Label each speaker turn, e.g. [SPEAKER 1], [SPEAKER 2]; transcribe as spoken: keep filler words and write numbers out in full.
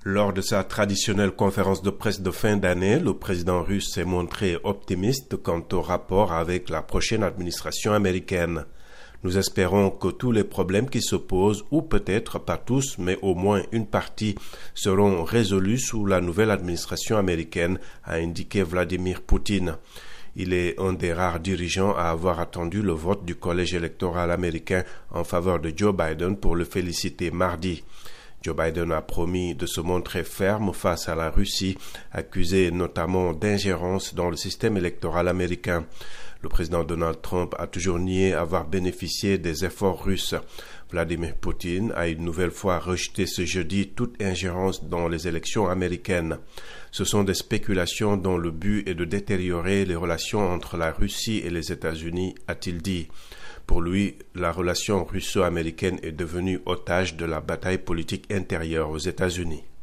[SPEAKER 1] Lors de sa traditionnelle conférence de presse de fin d'année, le président russe s'est montré optimiste quant au rapport avec la prochaine administration américaine. Nous espérons que tous les problèmes qui se posent, ou peut-être pas tous, mais au moins une partie, seront résolus sous la nouvelle administration américaine, a indiqué Vladimir Poutine. Il est un des rares dirigeants à avoir attendu le vote du collège électoral américain en faveur de Joe Biden pour le féliciter mardi. Joe Biden a promis de se montrer ferme face à la Russie, accusée notamment d'ingérence dans le système électoral américain. Le président Donald Trump a toujours nié avoir bénéficié des efforts russes. Vladimir Poutine a une nouvelle fois rejeté ce jeudi toute ingérence dans les élections américaines. Ce sont des spéculations dont le but est de détériorer les relations entre la Russie et les États-Unis, a-t-il dit. Pour lui, la relation russo-américaine est devenue otage de la bataille politique intérieure aux États-Unis.